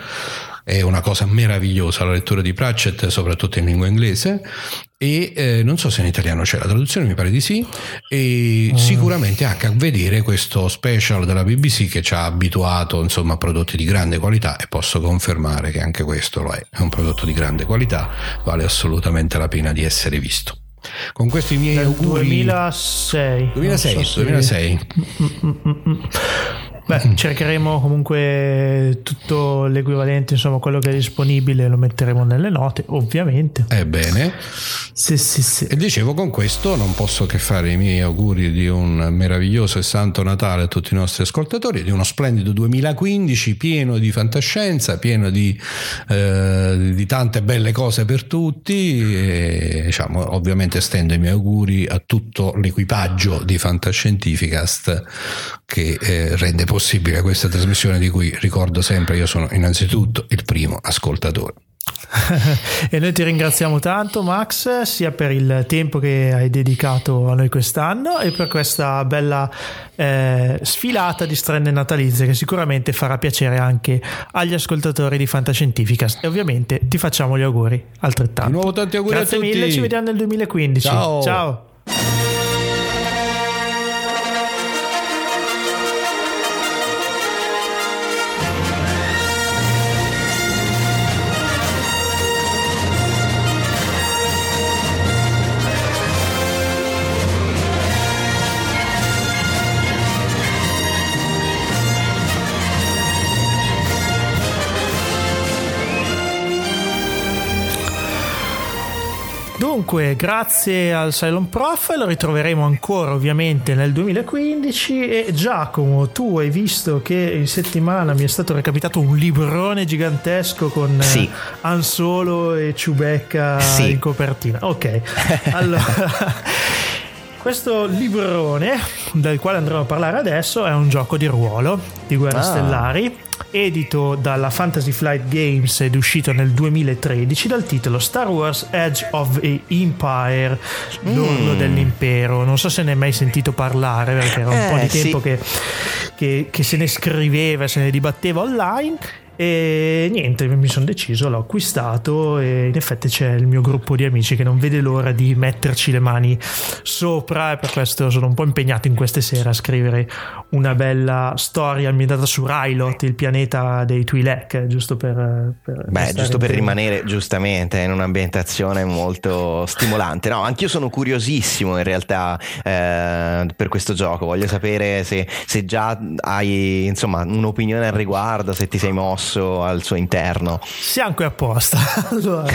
S3: È una cosa meravigliosa la lettura di Pratchett, soprattutto in lingua inglese, e eh, non so se in italiano c'è la traduzione, mi pare di sì, e mm. sicuramente anche a vedere questo special della B B C che ci ha abituato, insomma, a prodotti di grande qualità, e posso confermare che anche questo lo è, è un prodotto di grande qualità, vale assolutamente la pena di essere visto. Con questo i miei
S1: Del
S3: auguri.
S1: duemilasei
S3: duemilasei,
S1: so
S3: duemilasei.
S1: Beh, cercheremo comunque tutto l'equivalente, insomma, quello che è disponibile lo metteremo nelle note, ovviamente.
S3: Ebbene,
S1: sì, sì, sì.
S3: E dicevo, con questo non posso che fare i miei auguri di un meraviglioso e santo Natale a tutti i nostri ascoltatori, di uno splendido duemilaquindici pieno di fantascienza, pieno di, eh, di tante belle cose per tutti, e, diciamo, ovviamente estendo i miei auguri a tutto l'equipaggio di Fantascientificast che eh, rende possibile questa trasmissione, di cui ricordo sempre io sono innanzitutto il primo ascoltatore.
S1: E noi ti ringraziamo tanto, Max, sia per il tempo che hai dedicato a noi quest'anno e per questa bella eh, sfilata di strenne natalizie che sicuramente farà piacere anche agli ascoltatori di Fantascientificast, e ovviamente ti facciamo gli auguri altrettanto.
S3: Di nuovo tanti auguri.
S1: Grazie
S3: a tutti.
S1: mille, ci vediamo nel duemilaquindici.
S3: Ciao.
S1: Ciao. Dunque, grazie al Cylon Prof, lo ritroveremo ancora ovviamente nel duemilaquindici. E Giacomo, tu hai visto che in settimana mi è stato recapitato un librone gigantesco con
S2: sì.
S1: Han Solo e Chewbacca
S2: sì.
S1: in copertina. Ok, allora questo librone del quale andremo a parlare adesso è un gioco di ruolo di Guerre
S2: ah.
S1: Stellari, edito dalla Fantasy Flight Games ed uscito nel duemilatredici dal titolo Star Wars Edge of the Empire, l'orlo mm. dell'impero. Non so se ne hai mai sentito parlare, perché era un
S2: eh,
S1: po' di tempo
S2: sì.
S1: che, che, che se ne scriveva, se ne dibatteva online. E niente, mi sono deciso, l'ho acquistato e in effetti c'è il mio gruppo di amici che non vede l'ora di metterci le mani sopra, e per questo sono un po' impegnato in queste sere a scrivere una bella storia ambientata su Rylot, il pianeta dei Twi'lek, giusto per, per
S2: beh giusto per rimanere giustamente in un'ambientazione molto stimolante. No, anch'io sono curiosissimo in realtà eh, per questo gioco. Voglio sapere se, se già hai insomma un'opinione al riguardo, se ti sei mosso al suo interno.
S1: Siamo qui apposta. Allora,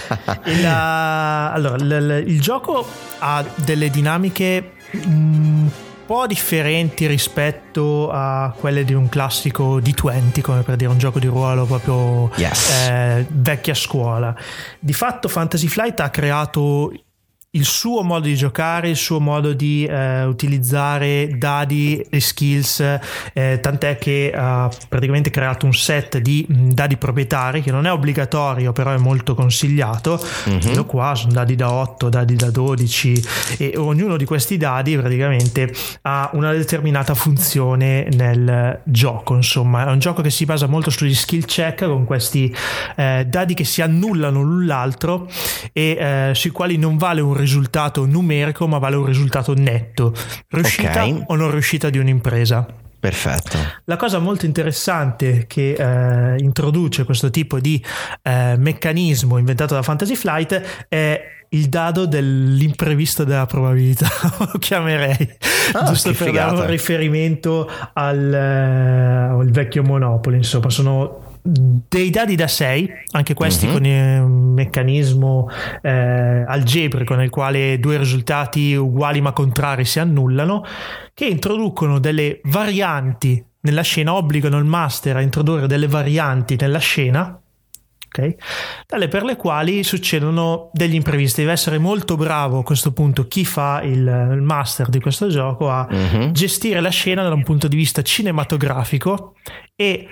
S1: il, allora il, il, il gioco ha delle dinamiche un po' differenti rispetto a quelle di un classico D venti, come per dire un gioco di ruolo proprio
S2: yes.
S1: eh, vecchia scuola. Di fatto Fantasy Flight ha creato il suo modo di giocare, il suo modo di eh, utilizzare dadi e skills, eh, tant'è che ha praticamente creato un set di mh, dadi proprietari che non è obbligatorio, però è molto consigliato. Mm-hmm. Qua sono dadi da otto, dadi da dodici, e ognuno di questi dadi praticamente ha una determinata funzione nel gioco. Insomma, è un gioco che si basa molto sugli skill check, con questi eh, dadi che si annullano l'un l'altro e eh, sui quali non vale un risultato numerico, ma vale un risultato netto, riuscita
S2: okay.
S1: o non riuscita di un'impresa.
S2: Perfetto.
S1: La cosa molto interessante che eh, introduce questo tipo di eh, meccanismo inventato da Fantasy Flight è il dado dell'imprevisto della probabilità, lo chiamerei, ah, giusto per dare un riferimento al, eh, al vecchio Monopoly. Insomma, sono dei dadi da sei, anche questi mm-hmm. con un meccanismo eh, algebrico nel quale due risultati uguali ma contrari si annullano, che introducono delle varianti nella scena, obbligano il master a introdurre delle varianti nella scena, ok, tale per le quali succedono degli imprevisti. Deve essere molto bravo a questo punto chi fa il, il master di questo gioco a mm-hmm. gestire la scena da un punto di vista cinematografico e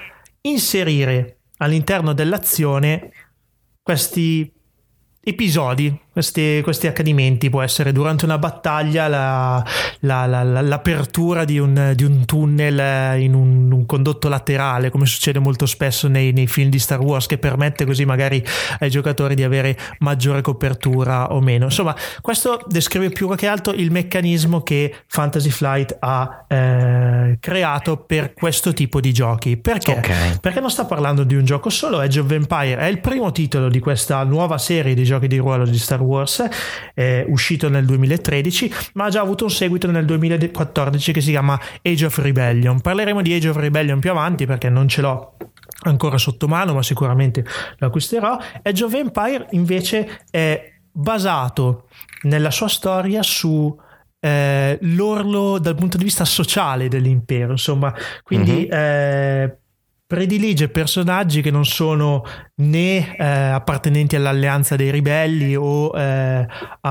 S1: inserire all'interno dell'azione questi episodi, questi, questi accadimenti. Può essere durante una battaglia la, la, la, la, l'apertura di un, di un tunnel in un, un condotto laterale, come succede molto spesso nei, nei film di Star Wars, che permette così magari ai giocatori di avere maggiore copertura o meno. Insomma, questo descrive più che altro il meccanismo che Fantasy Flight ha eh, creato per questo tipo di giochi. Perché?
S2: Okay.
S1: Perché non sta parlando di un gioco solo. Age of Empire è il primo titolo di questa nuova serie di giochi di ruolo di Star Wars, è uscito nel duemilatredici, ma ha già avuto un seguito nel duemilaquattordici che si chiama Age of Rebellion. Parleremo di Age of Rebellion più avanti, perché non ce l'ho ancora sotto mano, ma sicuramente lo acquisterò. Age of Empire invece è basato nella sua storia su eh, l'orlo dal punto di vista sociale dell'impero, insomma, quindi mm-hmm. eh, predilige personaggi che non sono né eh, appartenenti all'alleanza dei ribelli o eh,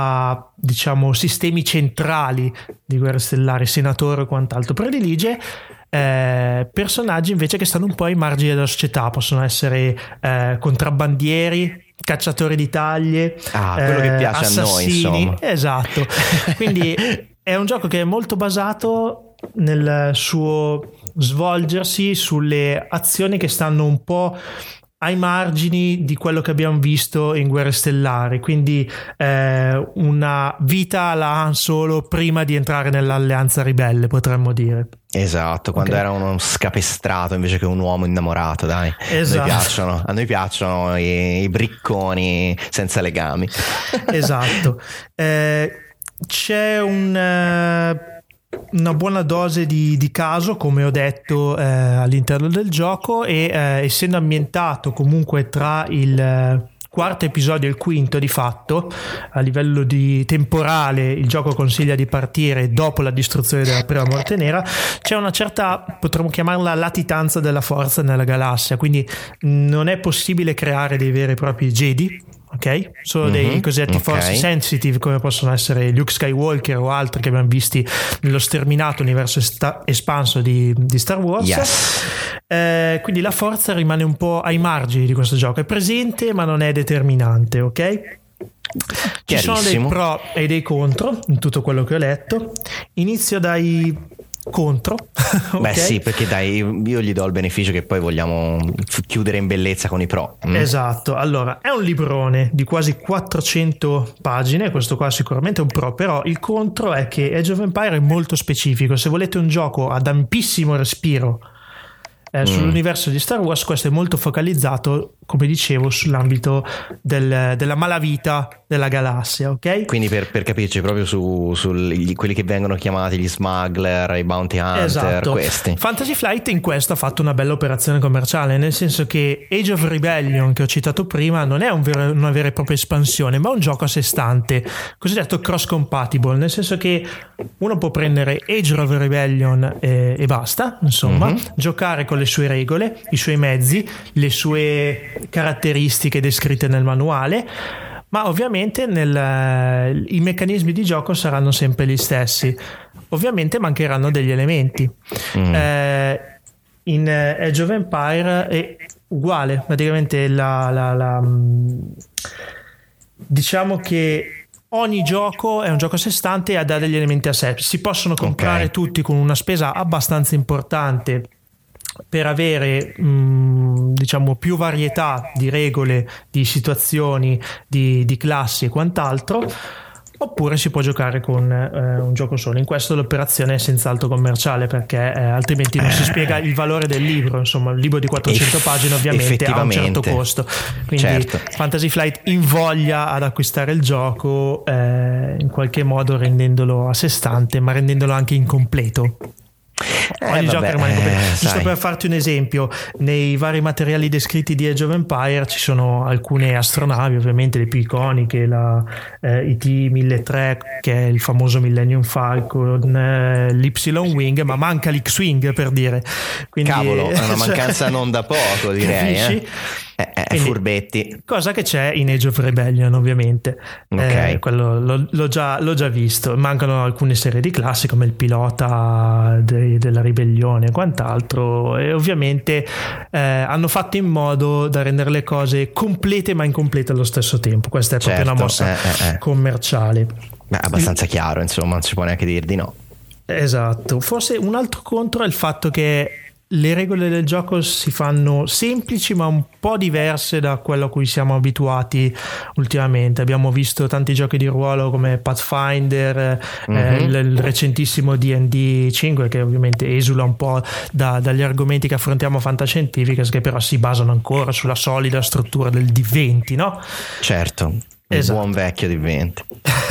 S1: a, diciamo, sistemi centrali di Guerre Stellari, senatore o quant'altro. Predilige eh, personaggi invece che stanno un po' ai margini della società, possono essere eh, contrabbandieri, cacciatori di taglie,
S2: ah, quello
S1: eh,
S2: che piace
S1: assassini,
S2: a noi, insomma.
S1: Esatto. Quindi è un gioco che è molto basato nel suo svolgersi sulle azioni che stanno un po' ai margini di quello che abbiamo visto in Guerre Stellari, quindi eh, una vita alla Han Solo prima di entrare nell'Alleanza Ribelle, potremmo dire.
S2: Esatto, quando okay. era uno scapestrato invece che un uomo innamorato, dai.
S1: Esatto.
S2: A noi piacciono, a noi piacciono i, i bricconi senza legami.
S1: Esatto. Eh, c'è un... Uh, una buona dose di, di caso, come ho detto, eh, all'interno del gioco, e eh, essendo ambientato comunque tra il eh, quarto episodio e il quinto, di fatto a livello di temporale il gioco consiglia di partire dopo la distruzione della prima Morte Nera, c'è una certa, potremmo chiamarla, latitanza della forza nella galassia, quindi non è possibile creare dei veri e propri Jedi, ok? Solo mm-hmm. dei cosiddetti okay. force sensitive, come possono essere Luke Skywalker o altri che abbiamo visti nello sterminato universo esta- espanso di, di Star Wars.
S2: Yes.
S1: Eh, quindi la forza rimane un po' ai margini di questo gioco, è presente ma non è determinante, ok? Ci sono dei pro e dei contro in tutto quello che ho letto. Inizio dai contro. Okay.
S2: Beh sì, perché dai, io gli do il beneficio che poi vogliamo chiudere in bellezza con i pro. mm.
S1: Esatto, allora è un librone di quasi quattrocento pagine, questo qua sicuramente è un pro, però il contro è che Age of Empire è molto specifico. Se volete un gioco ad ampissimo respiro eh, mm. sull'universo di Star Wars, questo è molto focalizzato, come dicevo, sull'ambito del, della malavita della galassia, ok?
S2: Quindi per, per capirci, proprio su, su gli, quelli che vengono chiamati gli smuggler, i bounty hunter,
S1: esatto.
S2: questi.
S1: Fantasy Flight in questo ha fatto una bella operazione commerciale, nel senso che Age of Rebellion, che ho citato prima, non è un vero, una vera e propria espansione, ma un gioco a sé stante, cosiddetto cross compatible, nel senso che uno può prendere Age of Rebellion e, e basta, insomma, mm-hmm. giocare con le sue regole, i suoi mezzi, le sue caratteristiche descritte nel manuale, ma ovviamente nel, i meccanismi di gioco saranno sempre gli stessi. Ovviamente mancheranno degli elementi. mm. eh, in Age of Empire è uguale, praticamente la, la, la diciamo che ogni gioco è un gioco a sé stante e ha degli elementi a sé. Si possono comprare okay. tutti con una spesa abbastanza importante per avere mh, diciamo più varietà di regole, di situazioni, di, di classi e quant'altro, oppure si può giocare con eh, un gioco solo. In questo l'operazione è senz'altro commerciale, perché eh, altrimenti non si spiega il valore del libro. Insomma, un libro di quattrocento Eff- pagine ovviamente ha un certo costo, quindi certo. Fantasy Flight invoglia ad acquistare il gioco eh, in qualche modo rendendolo a sé stante, ma rendendolo anche incompleto. Ogni eh, gioco vabbè, rimane completo. Eh, Giusto per farti un esempio, nei vari materiali descritti di Age of Empire ci sono alcune astronavi, ovviamente le più iconiche, la eh, I T mille tre, che è il famoso Millennium Falcon, eh, l'Ypsilon Wing, ma manca l'X-Wing, per dire. Quindi,
S2: cavolo, è una mancanza cioè, non da poco, direi. Eh? Eh, eh, Quindi, furbetti.
S1: Cosa che c'è in Age of Rebellion, ovviamente.
S2: Okay.
S1: Eh, quello l'ho, l'ho, già, l'ho già visto. Mancano alcune serie di classi come il pilota de, della ribellione e quant'altro, e ovviamente eh, hanno fatto in modo da rendere le cose complete ma incomplete allo stesso tempo. Questa è proprio
S2: certo.
S1: una mossa
S2: eh, eh,
S1: commerciale.
S2: Beh, abbastanza chiaro, insomma, non si può neanche dir di no.
S1: Esatto. Forse un altro contro è il fatto che le regole del gioco si fanno semplici ma un po' diverse da quello a cui siamo abituati ultimamente. Abbiamo visto tanti giochi di ruolo come Pathfinder, mm-hmm. eh, il, il recentissimo D and D cinque, che ovviamente esula un po' da, dagli argomenti che affrontiamo fantascientifiche, che però si basano ancora sulla solida struttura del D venti, no?
S2: Certo. Il esatto. buon vecchio di venti.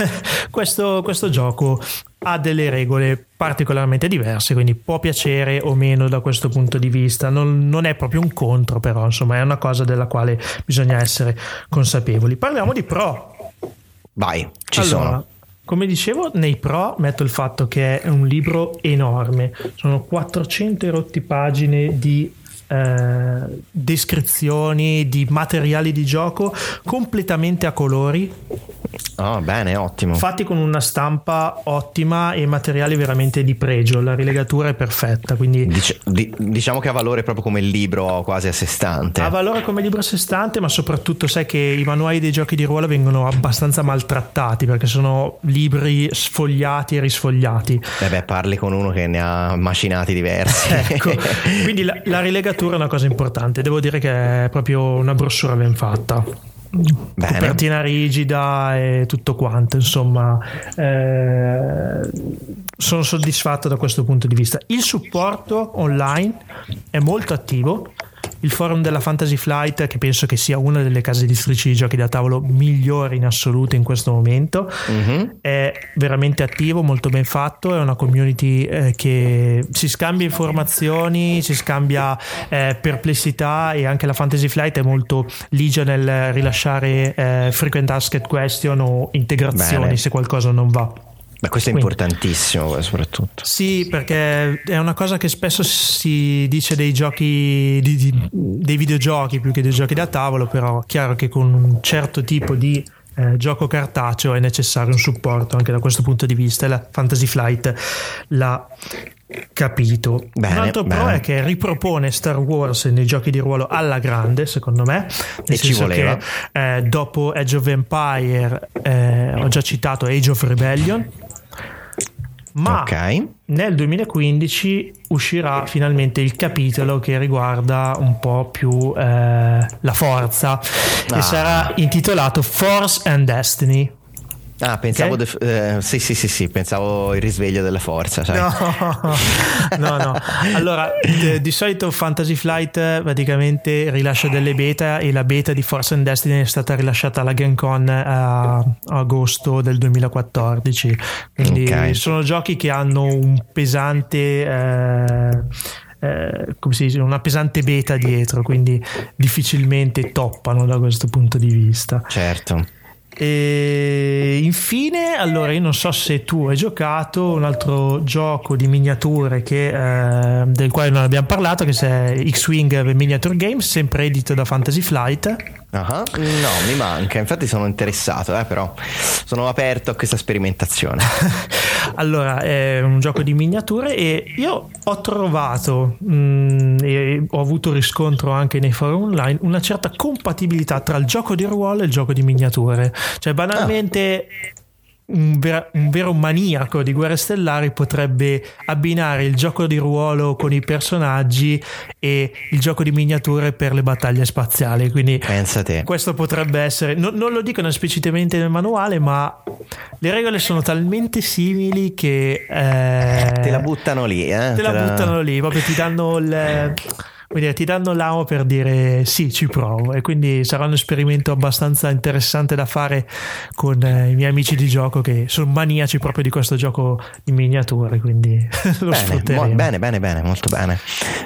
S1: questo, questo gioco ha delle regole particolarmente diverse, quindi può piacere o meno da questo punto di vista. Non, non è proprio un contro, però insomma è una cosa della quale bisogna essere consapevoli. Parliamo di pro.
S2: Vai, ci
S1: allora,
S2: sono.
S1: Come dicevo, nei pro metto il fatto che è un libro enorme, sono quattrocento e rotti pagine di eh, descrizioni di materiali di gioco completamente a colori.
S2: Oh, bene, ottimo.
S1: Fatti con una stampa ottima e materiali veramente di pregio. La rilegatura è perfetta, quindi
S2: Dic- di- diciamo che ha valore proprio come il libro quasi a sé stante.
S1: ha valore come libro a sé stante, ma soprattutto sai che i manuali dei giochi di ruolo vengono abbastanza maltrattati perché sono libri sfogliati e risfogliati.
S2: Eh beh, parli con uno che ne ha macinati diversi.
S1: Ecco, quindi la, la rilegatura è una cosa importante. Devo dire che è proprio una brossura ben fatta.
S2: Bene.
S1: Copertina rigida e tutto quanto, insomma, eh, sono soddisfatto da questo punto di vista. Il supporto online è molto attivo. Il forum della Fantasy Flight, che penso che sia una delle case editrici di giochi da tavolo migliori in assoluto in questo momento, mm-hmm. è veramente attivo, molto ben fatto. È una community eh, che si scambia informazioni, si scambia eh, perplessità, e anche la Fantasy Flight è molto ligia nel rilasciare eh, frequent asked question o integrazioni. Bene. Se qualcosa non va.
S2: Beh, questo è Quindi, importantissimo soprattutto.
S1: Sì, perché è una cosa che spesso si dice dei giochi di, di, dei videogiochi più che dei giochi da tavolo, però è chiaro che con un certo tipo di eh, gioco cartaceo è necessario un supporto anche da questo punto di vista, e la Fantasy Flight l'ha capito.
S2: Bene,
S1: un altro
S2: bene.
S1: pro è che ripropone Star Wars nei giochi di ruolo alla grande, secondo me, nel
S2: e ci voleva.
S1: Che, eh, dopo Age of Empire eh, ho già citato Age of Rebellion, ma okay. nel duemilaquindici uscirà finalmente il capitolo che riguarda un po' più eh, la forza, ah. e sarà intitolato Force and Destiny.
S2: Ah, pensavo okay. de- eh, sì sì sì sì pensavo il risveglio della forza, sai?
S1: No, no, no. Allora, di, di solito Fantasy Flight praticamente rilascia delle beta, e la beta di Force and Destiny è stata rilasciata alla Gen Con a, a agosto del duemilaquattordici. Quindi okay. sono giochi che hanno un pesante eh, eh, come si dice, una pesante beta dietro, quindi difficilmente toppano da questo punto di vista.
S2: Certo.
S1: E infine, allora, io non so se tu hai giocato un altro gioco di miniature che, eh, del quale non abbiamo parlato, che è X-Wing Miniature Games, sempre edito da Fantasy Flight.
S2: Uh-huh. No, mi manca, infatti sono interessato, eh, però sono aperto a questa sperimentazione.
S1: Allora, è un gioco di miniature, e io ho trovato mh, e ho avuto riscontro anche nei forum online una certa compatibilità tra il gioco di ruolo e il gioco di miniature. Cioè, banalmente ah. Un, ver- un vero maniaco di Guerre Stellari potrebbe abbinare il gioco di ruolo con i personaggi e il gioco di miniature per le battaglie spaziali. Quindi
S2: pensa te.
S1: Questo potrebbe essere, no, non lo dicono esplicitamente nel manuale, ma le regole sono talmente simili che eh,
S2: te la buttano lì, eh?
S1: te la
S2: te
S1: buttano
S2: la...
S1: lì, proprio ti danno il Quindi ti danno l'amo per dire sì, ci provo, e quindi sarà un esperimento abbastanza interessante da fare con eh, i miei amici di gioco, che sono maniaci proprio di questo gioco in miniature, quindi lo
S2: bene,
S1: sfrutteremo.
S2: Mo- bene, bene, bene, molto bene.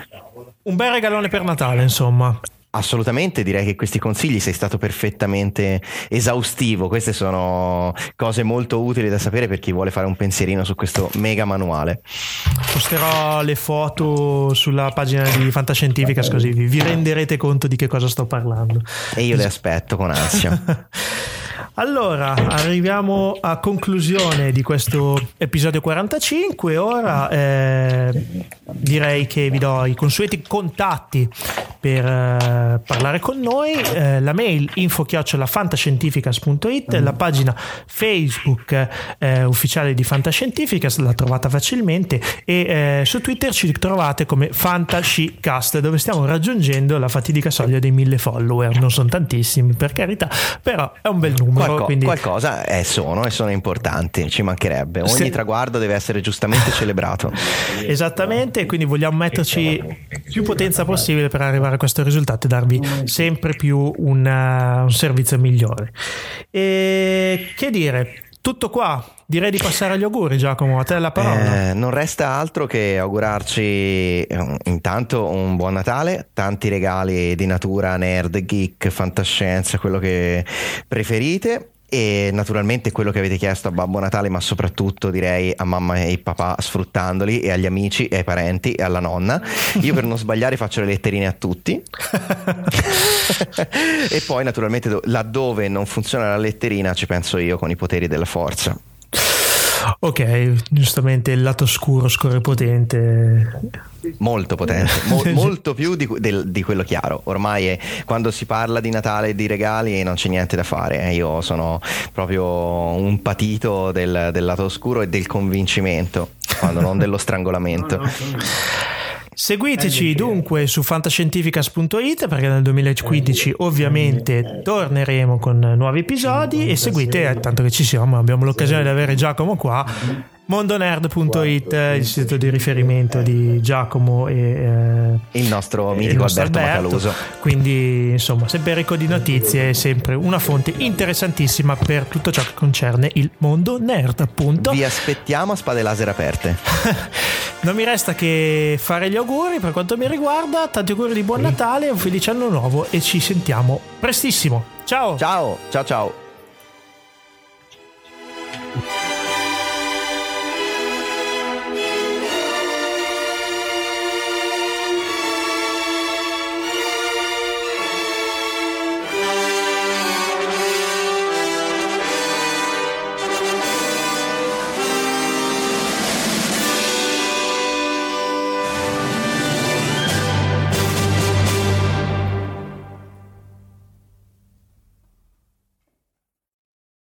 S1: Un bel regalone per Natale, insomma.
S2: Assolutamente, direi che questi consigli sei stato perfettamente esaustivo. Queste sono cose molto utili da sapere per chi vuole fare un pensierino su questo mega manuale.
S1: Posterò le foto sulla pagina di Fantascientificas, così vi renderete conto di che cosa sto parlando.
S2: E io le aspetto con ansia.
S1: Allora, arriviamo a conclusione di questo episodio quarantacinque. Ora eh, direi che vi do i consueti contatti per eh, parlare con noi. Eh, la mail info chiocciola fantascientificas punto it, mm. la pagina Facebook eh, ufficiale di Fantascientificas, la trovate facilmente, e eh, su Twitter ci trovate come Fantascicast, dove stiamo raggiungendo la fatidica soglia dei mille follower. Non sono tantissimi, per carità, però è un bel numero.
S2: Qualco-
S1: quindi...
S2: Qualcosa eh, sono e sono importanti, ci mancherebbe. Ogni Se... traguardo deve essere giustamente celebrato.
S1: Esattamente, quindi vogliamo metterci più potenza possibile per arrivare a questo risultato e darvi sempre più una, un servizio migliore. E che dire, tutto qua. Direi di passare agli auguri, Giacomo, a te la parola.
S2: Eh, non resta altro che augurarci intanto un buon Natale, tanti regali di natura nerd, geek, fantascienza, quello che preferite, e naturalmente quello che avete chiesto a Babbo Natale, ma soprattutto direi a mamma e papà sfruttandoli, e agli amici e ai parenti e alla nonna. Io per non sbagliare faccio le letterine a tutti. E poi naturalmente laddove non funziona la letterina ci penso io con i poteri della forza.
S1: Ok, giustamente il lato scuro scorrepotente,
S2: molto potente, mo- molto più di, del, di quello chiaro. Ormai è, quando si parla di Natale e di regali non c'è niente da fare. Io sono proprio un patito del, del lato oscuro e del convincimento, quando non dello strangolamento.
S1: Seguiteci dunque su fantascientificas punto it, perché nel duemilaquindici ovviamente torneremo con nuovi episodi, e seguite, tanto che ci siamo, abbiamo l'occasione di avere Giacomo qua, mondonerd punto it, il sito di riferimento di Giacomo e eh,
S2: il nostro mitico il nostro Alberto, Alberto Macaluso.
S1: Quindi insomma, sempre ricco di notizie, è sempre una fonte interessantissima per tutto ciò che concerne il mondo nerd, appunto.
S2: Vi aspettiamo a spade laser aperte.
S1: Non mi resta che fare gli auguri per quanto mi riguarda, tanti auguri di buon Natale, un felice anno nuovo, e ci sentiamo prestissimo. Ciao
S2: ciao ciao ciao